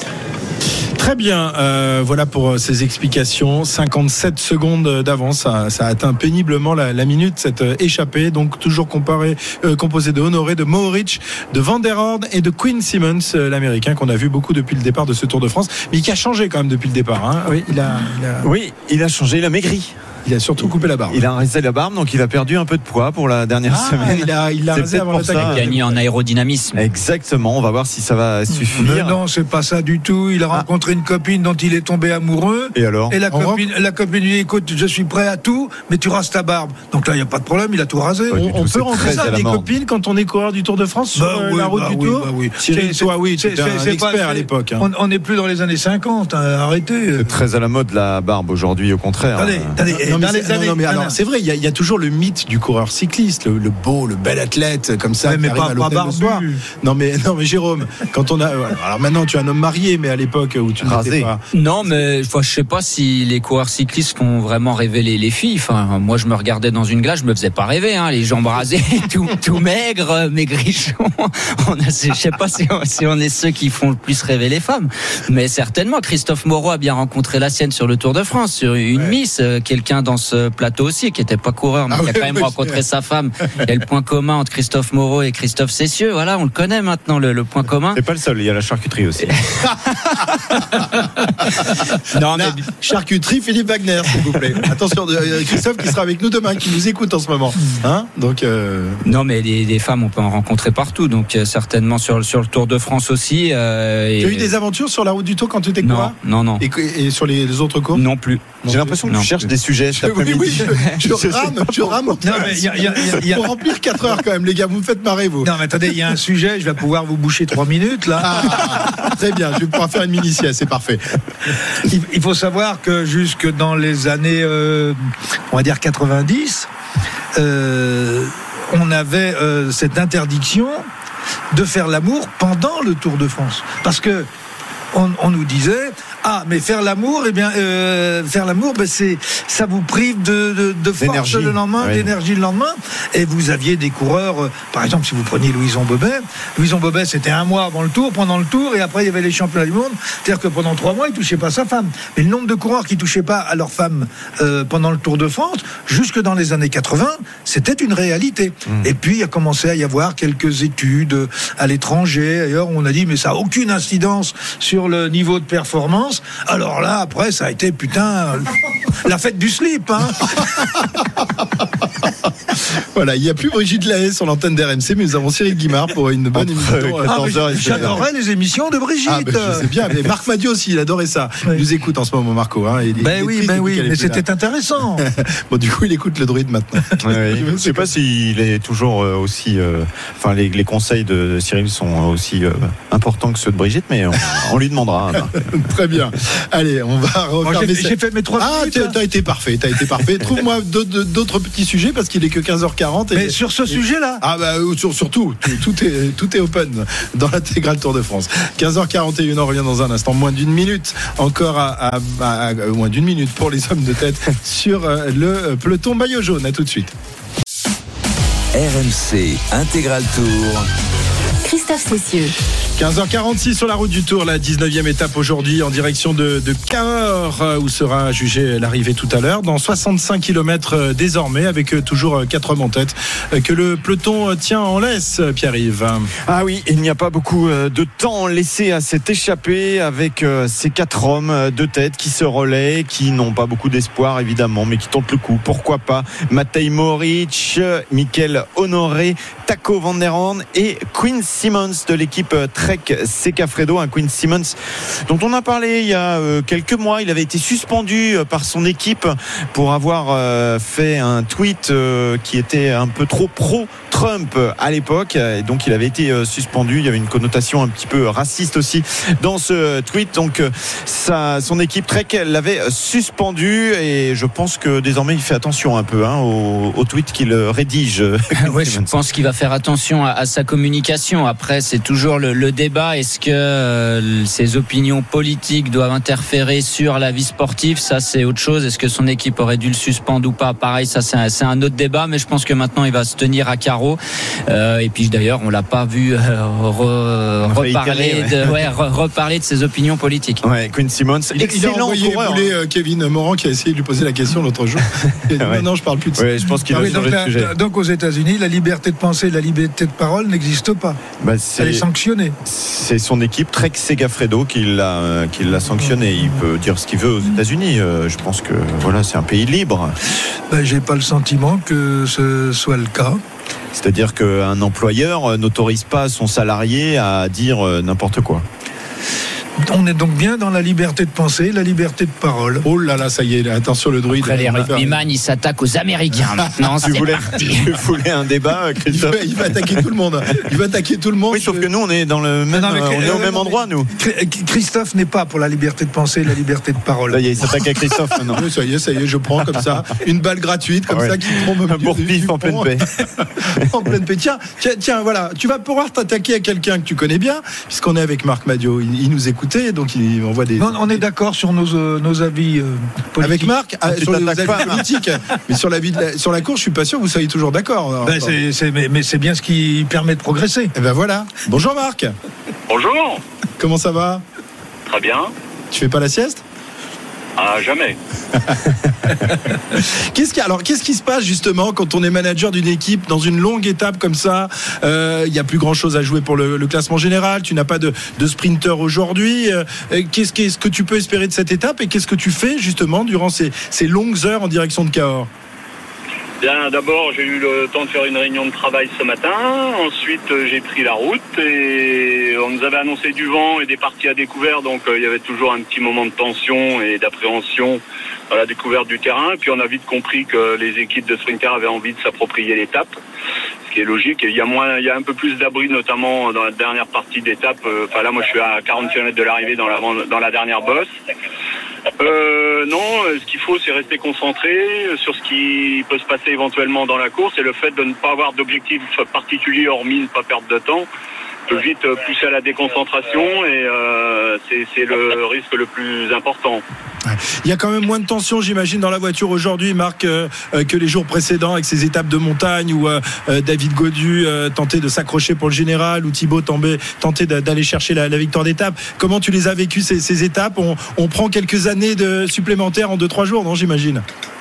Très bien, voilà pour ces explications. 57 secondes d'avance, ça a atteint péniblement la minute, cette échappée. Donc toujours composé de Honoré, de Mohoric, de Van der Horn et de Quinn Simmons, l'américain qu'on a vu beaucoup depuis le départ de ce Tour de France, mais qui a changé quand même depuis le départ. Oui, il a changé, il a maigri. Il a surtout coupé la barbe. Il a rasé la barbe, donc il a perdu un peu de poids pour la dernière semaine. Il a rasé avant l'attaque. Il a gagné en aérodynamisme. Exactement, on va voir si ça va suffire. Mais non, c'est pas ça du tout. Il a rencontré une copine dont il est tombé amoureux. Et alors? Et la copine lui dit, écoute, je suis prêt à tout, mais tu rases ta barbe. Donc là, il n'y a pas de problème, il a tout rasé. On peut rentrer ça avec des copines quand on est coureur du Tour de France sur la route du Tour? Cyril, toi, tu étais un expert à l'époque. On n'est plus dans les années 50, arrêtez. C'est très à la mode la barbe aujourd'hui, au contraire. Dans les années... Alors c'est vrai, il y a toujours le mythe du coureur cycliste, le beau, le bel athlète comme ça, mais qui arrive à l'hôtel le soir. Non mais Jérôme, quand on a, alors maintenant tu es un homme marié, mais à l'époque où tu n'étais pas. Non, mais je sais pas si les coureurs cyclistes font vraiment rêver les filles. Enfin, moi je me regardais dans une glace, je me faisais pas rêver, les jambes rasées, tout maigre, maigrichon. Je sais pas si on est ceux qui font le plus rêver les femmes, mais certainement Christophe Moreau a bien rencontré la sienne sur le Tour de France, sur une Miss, quelqu'un dans ce plateau aussi, qui n'était pas coureur, mais qui a quand même rencontré sa femme. Il y a le point commun entre Christophe Moreau et Christophe Cessieux. Voilà, on le connaît maintenant, le point commun. C'est pas le seul, il y a la charcuterie aussi. Non, mais charcuterie, Philippe Wagner, s'il vous plaît. Attention, Christophe qui sera avec nous demain, qui nous écoute en ce moment. Hein, donc, Non, mais des femmes, on peut en rencontrer partout. Donc, certainement sur le Tour de France aussi. Tu as eu des aventures sur la route du Tour quand tu étais coureur ? Non. Et sur les autres courses ? Non plus. J'ai l'impression que tu cherches des sujets cet après-midi. Oui, je rame. Non, mais Pour remplir 4 heures quand même, les gars, vous me faites marrer, vous. Non, mais attendez, il y a un sujet, je vais pouvoir vous boucher 3 minutes, là. Très bien, je vais pouvoir faire une mini-sieste, c'est parfait. Il faut savoir que jusque dans les années, on va dire 90, on avait cette interdiction de faire l'amour pendant le Tour de France. Parce que on nous disait, mais faire l'amour, ça vous prive de force le lendemain, d'énergie le lendemain. Et vous aviez des coureurs, par exemple, si vous preniez Louison Bobet, c'était 1 mois avant le Tour, pendant le Tour, et après il y avait les championnats du monde. C'est-à-dire que pendant 3 mois, il touchait pas sa femme. Mais le nombre de coureurs qui touchaient pas à leur femme pendant le Tour de France, jusque dans les années 80, c'était une réalité. Et puis il a commencé à y avoir quelques études à l'étranger. D'ailleurs, on a dit mais ça a aucune incidence sur le niveau de performance. Alors là, après, ça a été la fête du slip. Hein. Voilà, il n'y a plus Brigitte Lahaye sur l'antenne d'RMC, mais nous avons Cyril Guimard pour une bonne émission. J'adorais les émissions de Brigitte. Je sais bien, mais Marc Madiot aussi, il adorait ça. Il nous écoute en ce moment, Marco. Hein, oui, mais c'était intéressant. Bon, du coup, il écoute le druide maintenant. Je ne sais pas s'il est toujours aussi. Les conseils de Cyril sont aussi importants que ceux de Brigitte, mais on lui demandera. Très bien. Allez, on va refaire. J'ai fait mes 3 minutes. T'as été parfait. Trouve-moi d'autres petits sujets parce qu'il est que 15h40. Mais sur ce sujet-là. Surtout, tout est open dans l'intégral Tour de France. 15h41, on revient dans un instant. Moins d'une minute encore moins d'une minute pour les hommes de tête sur le peloton maillot jaune. À tout de suite. RMC Intégral Tour. Christophe Cessieux. 15h46 sur la route du Tour, la 19e étape aujourd'hui en direction de Cahors où sera jugée l'arrivée tout à l'heure. Dans 65 km désormais avec toujours 4 hommes en tête que le peloton tient en laisse, Pierre-Yves. Ah oui, il n'y a pas beaucoup de temps laissé à cette échappée avec ces 4 hommes de tête qui se relaient, qui n'ont pas beaucoup d'espoir évidemment, mais qui tentent le coup. Pourquoi pas Matej Mohoric, Mikel Honoré, Taco van der Horn et Quinn Simmons de l'équipe Trek Segafredo, un Quinn Simmons dont on a parlé il y a quelques mois. Il avait été suspendu par son équipe pour avoir fait un tweet qui était un peu trop pro-Trump à l'époque, et donc il avait été suspendu. Il y avait une connotation un petit peu raciste aussi dans ce tweet, donc son équipe Trek l'avait suspendu, et je pense que désormais il fait attention un peu au tweet qu'il rédige. Je pense qu'il va faire attention à sa communication. Après, c'est toujours le débat. Est-ce que ses opinions politiques doivent interférer sur la vie sportive? Ça, c'est autre chose. Est-ce que son équipe aurait dû le suspendre ou pas? Pareil, ça, c'est un autre débat. Mais je pense que maintenant, il va se tenir à carreau. Et puis, d'ailleurs, on l'a pas vu reparler de ses opinions politiques. Ouais, Quinn Simmons, excellent coureur. Il a Kevin Morand qui a essayé de lui poser la question l'autre jour. Non, je parle plus de ça. Ouais, je pense qu'il a changé de sujet. Donc, aux États-Unis, la liberté de penser, la liberté de parole n'existe pas. Elle est sanctionnée. C'est son équipe Trek Segafredo qui l'a sanctionné. Il peut dire ce qu'il veut aux États-Unis. Je pense que c'est un pays libre. J'ai pas le sentiment que ce soit le cas. C'est-à-dire qu'un employeur n'autorise pas son salarié à dire n'importe quoi. On est donc bien dans la liberté de penser, la liberté de parole. Oh là là, ça y est, attention le druide. Après les rugbyman, il s'attaque aux Américains maintenant. Tu voulais un débat, Christophe? Il va attaquer tout le monde. Oui, sauf que nous, on est dans le même, on est au même endroit, nous. Christophe n'est pas pour la liberté de penser, la liberté de parole. Là, il s'attaque à Christophe maintenant. Oui, ça y est, je prends comme ça une balle gratuite, comme ça, qui tombe un bourre-pif en pleine paix. En pleine paix. Tiens, voilà, tu vas pouvoir t'attaquer à quelqu'un que tu connais bien, puisqu'on est avec Marc Madiot. Il nous écoute. Donc il envoie des. Non, on est d'accord sur nos avis politiques. Avec Marc, sur les avis politiques. Mais sur la course, je suis pas sûr que vous soyez toujours d'accord. Mais c'est bien ce qui permet de progresser. Et ben voilà. Bonjour Marc. Bonjour. Comment ça va? Très bien. Tu fais pas la sieste? Ah, jamais. Qu'est-ce qui se passe justement quand on est manager d'une équipe dans une longue étape comme ça? Il n'y a plus grand chose à jouer pour le classement général. Tu n'as pas de sprinter aujourd'hui. Qu'est-ce que tu peux espérer de cette étape et qu'est-ce que tu fais justement durant ces longues heures en direction de Cahors? Bien, d'abord, j'ai eu le temps de faire une réunion de travail ce matin. Ensuite, j'ai pris la route et on nous avait annoncé du vent et des parties à découvert. Donc, il y avait toujours un petit moment de tension et d'appréhension dans la découverte du terrain. Puis, on a vite compris que les équipes de sprinters avaient envie de s'approprier l'étape, ce qui est logique. Et il y a un peu plus d'abri, notamment dans la dernière partie d'étape. Là, moi, je suis à 40 km de l'arrivée dans la dernière bosse. Non, ce qu'il faut, c'est rester concentré sur ce qui peut se passer éventuellement dans la course et le fait de ne pas avoir d'objectif particulier hormis ne pas perdre de temps peut vite pousser à la déconcentration et c'est le risque le plus important. Il y a quand même moins de tension, j'imagine, dans la voiture aujourd'hui, Marc, que les jours précédents avec ces étapes de montagne où David Gaudu tentait de s'accrocher pour le général, ou Thibaut tentait d'aller chercher la victoire d'étape. Comment tu les as vécues ces étapes? On prend quelques années supplémentaires en 2-3 jours, non, j'imagine?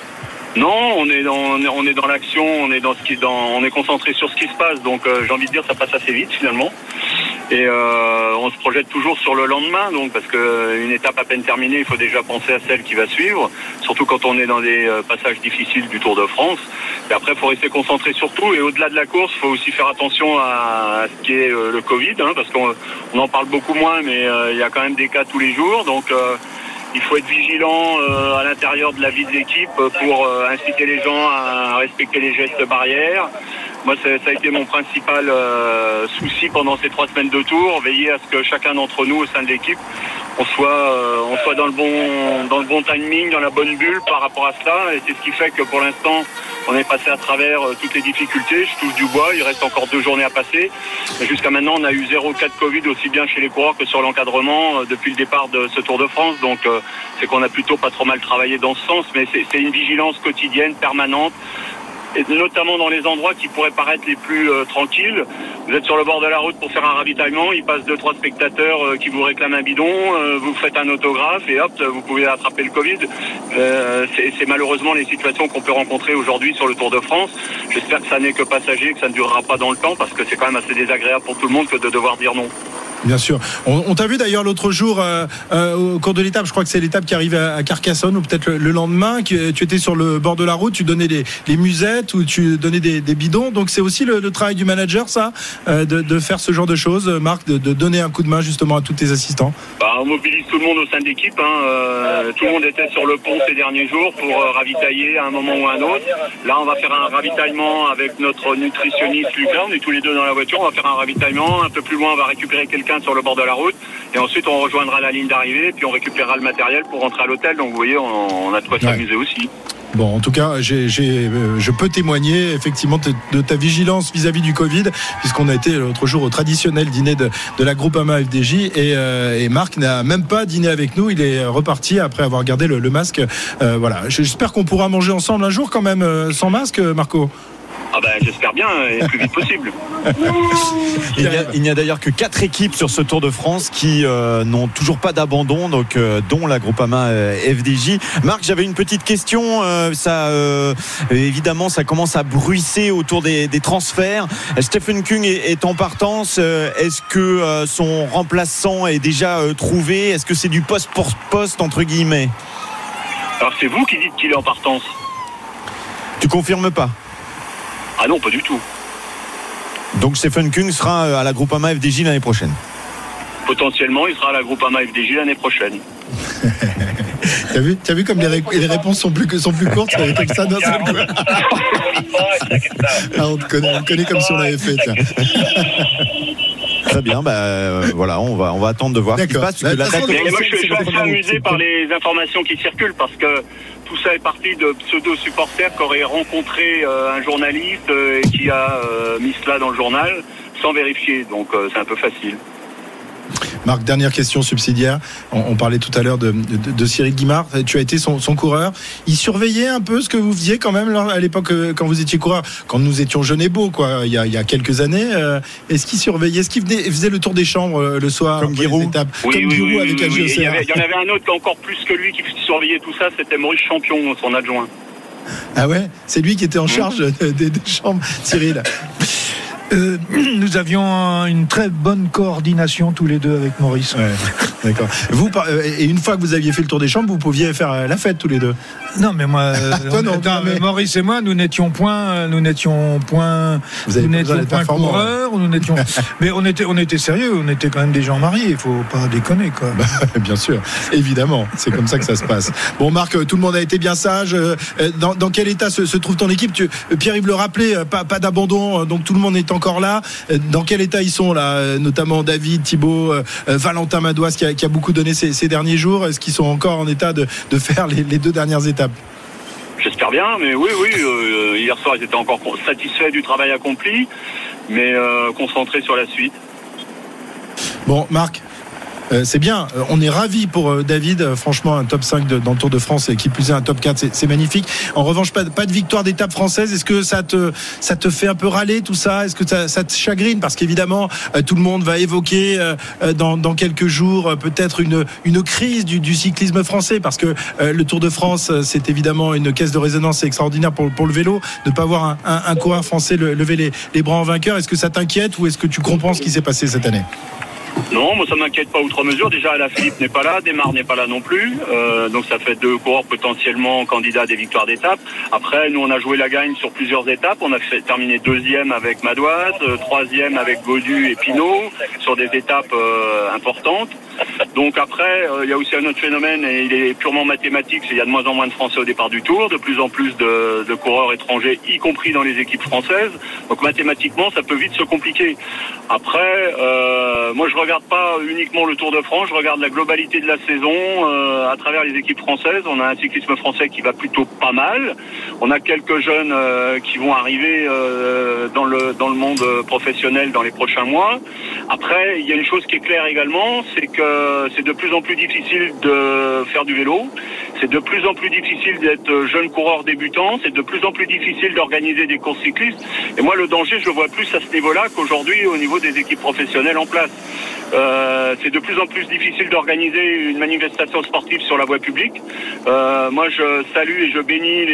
Non, on est dans l'action, on est concentré sur ce qui se passe. Donc j'ai envie de dire, ça passe assez vite finalement. Et on se projette toujours sur le lendemain, donc parce que une étape à peine terminée, il faut déjà penser à celle qui va suivre. Surtout quand on est dans des passages difficiles du Tour de France. Et après, il faut rester concentré sur tout. Et au-delà de la course, il faut aussi faire attention à ce qui est le Covid, parce qu'on en parle beaucoup moins, mais il y a quand même des cas tous les jours. Donc il faut être vigilant à l'intérieur de la vie de l'équipe pour inciter les gens à respecter les gestes barrières. Moi, ça a été mon principal souci pendant ces 3 semaines de tour, veiller à ce que chacun d'entre nous au sein de l'équipe, on soit dans le bon timing, dans la bonne bulle par rapport à cela. Et c'est ce qui fait que pour l'instant, on est passé à travers toutes les difficultés. Je touche du bois, il reste encore 2 journées à passer. Mais jusqu'à maintenant, on a eu 0 cas de Covid, aussi bien chez les coureurs que sur l'encadrement depuis le départ de ce Tour de France. Donc, c'est qu'on a plutôt pas trop mal travaillé dans ce sens. Mais c'est une vigilance quotidienne, permanente. Et notamment dans les endroits qui pourraient paraître les plus tranquilles. Vous êtes sur le bord de la route pour faire un ravitaillement, il passe 2-3 spectateurs qui vous réclament un bidon, vous faites un autographe et hop, vous pouvez attraper le Covid. C'est malheureusement les situations qu'on peut rencontrer aujourd'hui sur le Tour de France. J'espère que ça n'est que passager, que ça ne durera pas dans le temps, parce que c'est quand même assez désagréable pour tout le monde que de devoir dire non. Bien sûr. On t'a vu d'ailleurs l'autre jour au cours de l'étape, je crois que c'est l'étape qui arrive à Carcassonne, ou peut-être le lendemain, que tu étais sur le bord de la route, tu donnais les musettes ou tu donnais des bidons. Donc c'est aussi le travail du manager, ça, de faire ce genre de choses, Marc, de donner un coup de main justement à tous tes assistants. On mobilise tout le monde au sein de l'équipe. Tout le monde était sur le pont ces derniers jours pour ravitailler à un moment ou à un autre. Là, on va faire un ravitaillement avec notre nutritionniste Lucas. On est tous les deux dans la voiture. On va faire un ravitaillement. Un peu plus loin, on va récupérer quelqu'un sur le bord de la route. Et ensuite, on rejoindra la ligne d'arrivée. Puis on récupérera le matériel pour rentrer à l'hôtel. Donc, vous voyez, on a de quoi s'amuser aussi. Bon, en tout cas, je peux témoigner effectivement de ta vigilance vis-à-vis du Covid, puisqu'on a été l'autre jour au traditionnel dîner de la Groupama FDJ et Marc n'a même pas dîné avec nous. Il est reparti après avoir gardé le masque. Voilà. J'espère qu'on pourra manger ensemble un jour quand même sans masque, Marco. J'espère bien, et le plus vite possible. Il n'y a d'ailleurs que 4 équipes sur ce Tour de France qui n'ont toujours pas d'abandon, donc dont la Groupama FDJ. Marc, j'avais une petite question. Évidemment, ça commence à bruisser autour des transferts. Stephen Kung est en partance. Est-ce que son remplaçant est déjà trouvé? Est-ce que c'est du poste pour poste entre guillemets? Alors c'est vous qui dites qu'il est en partance. Tu confirmes pas? Ah non, pas du tout. Donc Stephen Kung sera à la Groupama FDJ l'année prochaine? Potentiellement, il sera à la Groupama FDJ l'année prochaine. T'as vu comme les réponses sont plus courtes comme ça d'un seul coup. On te connaît comme si on l'avait fait. Tiens. Très bien, voilà, on va attendre de voir ce qui se passe. Moi, je suis assez amusé par les informations qui circulent, parce que tout ça est parti de pseudo-supporters qui auraient rencontré un journaliste et qui a mis cela dans le journal sans vérifier. Donc c'est un peu facile. Marc, dernière question subsidiaire. On parlait tout à l'heure de Cyril Guimard. Tu as été son coureur. Il surveillait un peu ce que vous faisiez quand même à l'époque quand vous étiez coureur, quand nous étions jeunes et beaux, quoi, il y a quelques années. Est-ce qu'il surveillait? Est-ce qu'il faisait le tour des chambres le soir? Comme Giroud. Oui, avec oui. AG Il y en avait un autre encore plus que lui qui surveillait tout ça, c'était Maurice Champion, son adjoint. Ah ouais, c'est lui qui était en charge des chambres, Cyril. Nous avions une très bonne coordination tous les deux avec Maurice. Ouais, d'accord. Et une fois que vous aviez fait le tour des chambres, vous pouviez faire la fête tous les deux. Non, mais moi, mais Maurice et moi, nous n'étions point coureurs, mais on était sérieux, on était quand même des gens mariés. Il faut pas déconner, quoi. Bien sûr, évidemment, c'est comme ça que ça se passe. Bon, Marc, tout le monde a été bien sage. Dans quel état se trouve ton équipe? Pierre-Yves le rappelait, pas d'abandon, donc tout le monde est encore là. Dans quel état ils sont là, notamment David, Thibaut, Valentin Madouas qui a beaucoup donné ces derniers jours? Est-ce qu'ils sont encore en état de faire les 2 dernières étapes? J'espère bien, mais oui. Hier soir, ils étaient encore satisfaits du travail accompli, mais concentrés sur la suite. Bon, Marc, c'est bien, on est ravis pour David, franchement un top 5 dans le Tour de France et qui plus est un top 4, c'est magnifique. En revanche, pas de victoire d'étape française. Est-ce que ça te fait un peu râler tout ça? Est-ce que ça te chagrine? Parce qu'évidemment tout le monde va évoquer dans quelques jours peut-être une crise du cyclisme français, parce que le Tour de France c'est évidemment une caisse de résonance extraordinaire pour le vélo. De ne pas voir un coureur français lever les bras en vainqueur, est-ce que ça t'inquiète ou est-ce que tu comprends ce qui s'est passé cette année? Non, moi ça m'inquiète pas outre mesure. Déjà, Alaphilippe n'est pas là, Desmar n'est pas là non plus. Donc ça fait 2 coureurs potentiellement candidats à des victoires d'étape. Après, nous on a joué la gagne sur plusieurs étapes. On a terminé 2e avec Madouas, 3e avec Gaudu et Pinot sur des étapes importantes. Donc après, il y a aussi un autre phénomène et il est purement mathématique, c'est qu'il y a de moins en moins de Français au départ du Tour, de plus en plus de coureurs étrangers, y compris dans les équipes françaises. Donc mathématiquement, ça peut vite se compliquer. Après, moi je regarde pas uniquement le Tour de France, je regarde la globalité de la saison à travers les équipes françaises. On a un cyclisme français qui va plutôt pas mal. On a quelques jeunes qui vont arriver dans le monde professionnel dans les prochains mois. Après, il y a une chose qui est claire également, c'est que c'est de plus en plus difficile de faire du vélo. C'est de plus en plus difficile d'être jeune coureur débutant. C'est de plus en plus difficile d'organiser des courses cyclistes. Et moi, le danger, je le vois plus à ce niveau-là qu'aujourd'hui au niveau des équipes professionnelles en place. C'est de plus en plus difficile d'organiser une manifestation sportive sur la voie publique. Moi, je salue et je bénis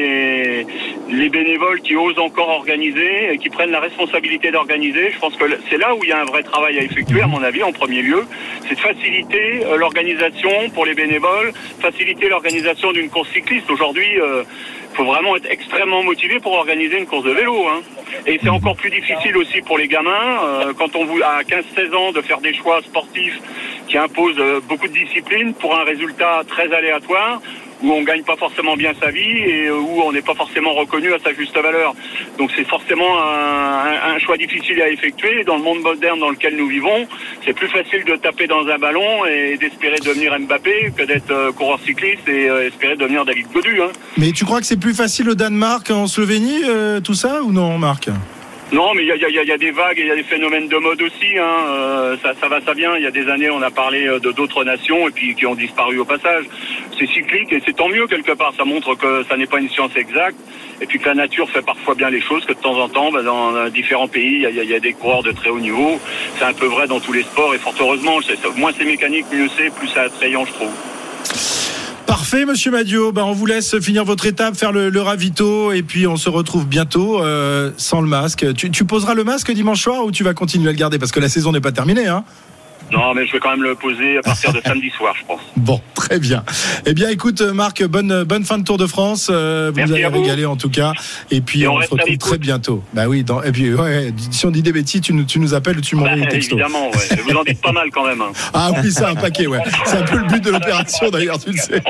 les bénévoles qui osent encore organiser et qui prennent la responsabilité d'organiser. Je pense que c'est là où il y a un vrai travail à effectuer, à mon avis, en premier lieu. C'est de faciliter l'organisation pour les bénévoles, faciliter l'organisation d'une course cycliste. Aujourd'hui, faut vraiment être extrêmement motivé pour organiser une course de vélo, hein. Et c'est encore plus difficile aussi pour les gamins, quand on vous à 15-16 ans de faire des choix sportifs qui imposent beaucoup de discipline pour un résultat très aléatoire, où on gagne pas forcément bien sa vie et où on n'est pas forcément reconnu à sa juste valeur. Donc c'est forcément un choix difficile à effectuer. Dans le monde moderne dans lequel nous vivons, c'est plus facile de taper dans un ballon et d'espérer devenir Mbappé que d'être coureur cycliste et espérer devenir David Gaudu, hein. Mais tu crois que c'est plus facile au Danemark, en Slovénie, tout ça, ou non, Marc? Non, mais il y a des vagues et il y a des phénomènes de mode aussi, hein. Ça va, ça vient. Il y a des années, on a parlé de d'autres nations et puis qui ont disparu au passage. C'est cyclique et c'est tant mieux quelque part. Ça montre que ça n'est pas une science exacte et puis que la nature fait parfois bien les choses, que de temps en temps, dans différents pays, il y a des coureurs de très haut niveau. C'est un peu vrai dans tous les sports et fort heureusement. Moins c'est mécanique, mieux c'est, plus c'est attrayant, je trouve. Parfait, monsieur Madio. On vous laisse finir votre étape, faire le ravito et puis on se retrouve bientôt sans le masque. Tu poseras le masque dimanche soir ou tu vas continuer à le garder parce que la saison n'est pas terminée, hein? Non, mais je vais quand même le poser à partir de samedi soir, je pense. Bon, très bien. Eh bien, écoute, Marc, bonne fin de Tour de France. Vous nous avez régalé en tout cas. Et puis, on se retrouve très bientôt. Bah oui. Et puis, si on dit des bêtises, tu nous appelles ou tu m'envoies des textos. Évidemment, ouais. Vous en dites pas mal quand même, hein. Ah oui, c'est un paquet, ouais. C'est un peu le but de l'opération d'ailleurs, tu le sais.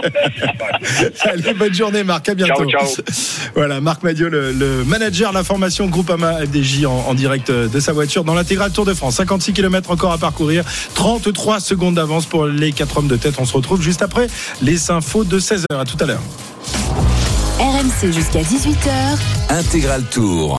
Allez, bonne journée, Marc. À bientôt. Ciao. Voilà, Marc Madio, le manager de la formation Groupama FDJ en direct de sa voiture dans l'intégrale Tour de France. 56 km encore à parcourir. 33 secondes d'avance pour les 4 hommes de tête. On se retrouve juste après les infos de 16h. À tout à l'heure. RMC jusqu'à 18h. Intégral Tour.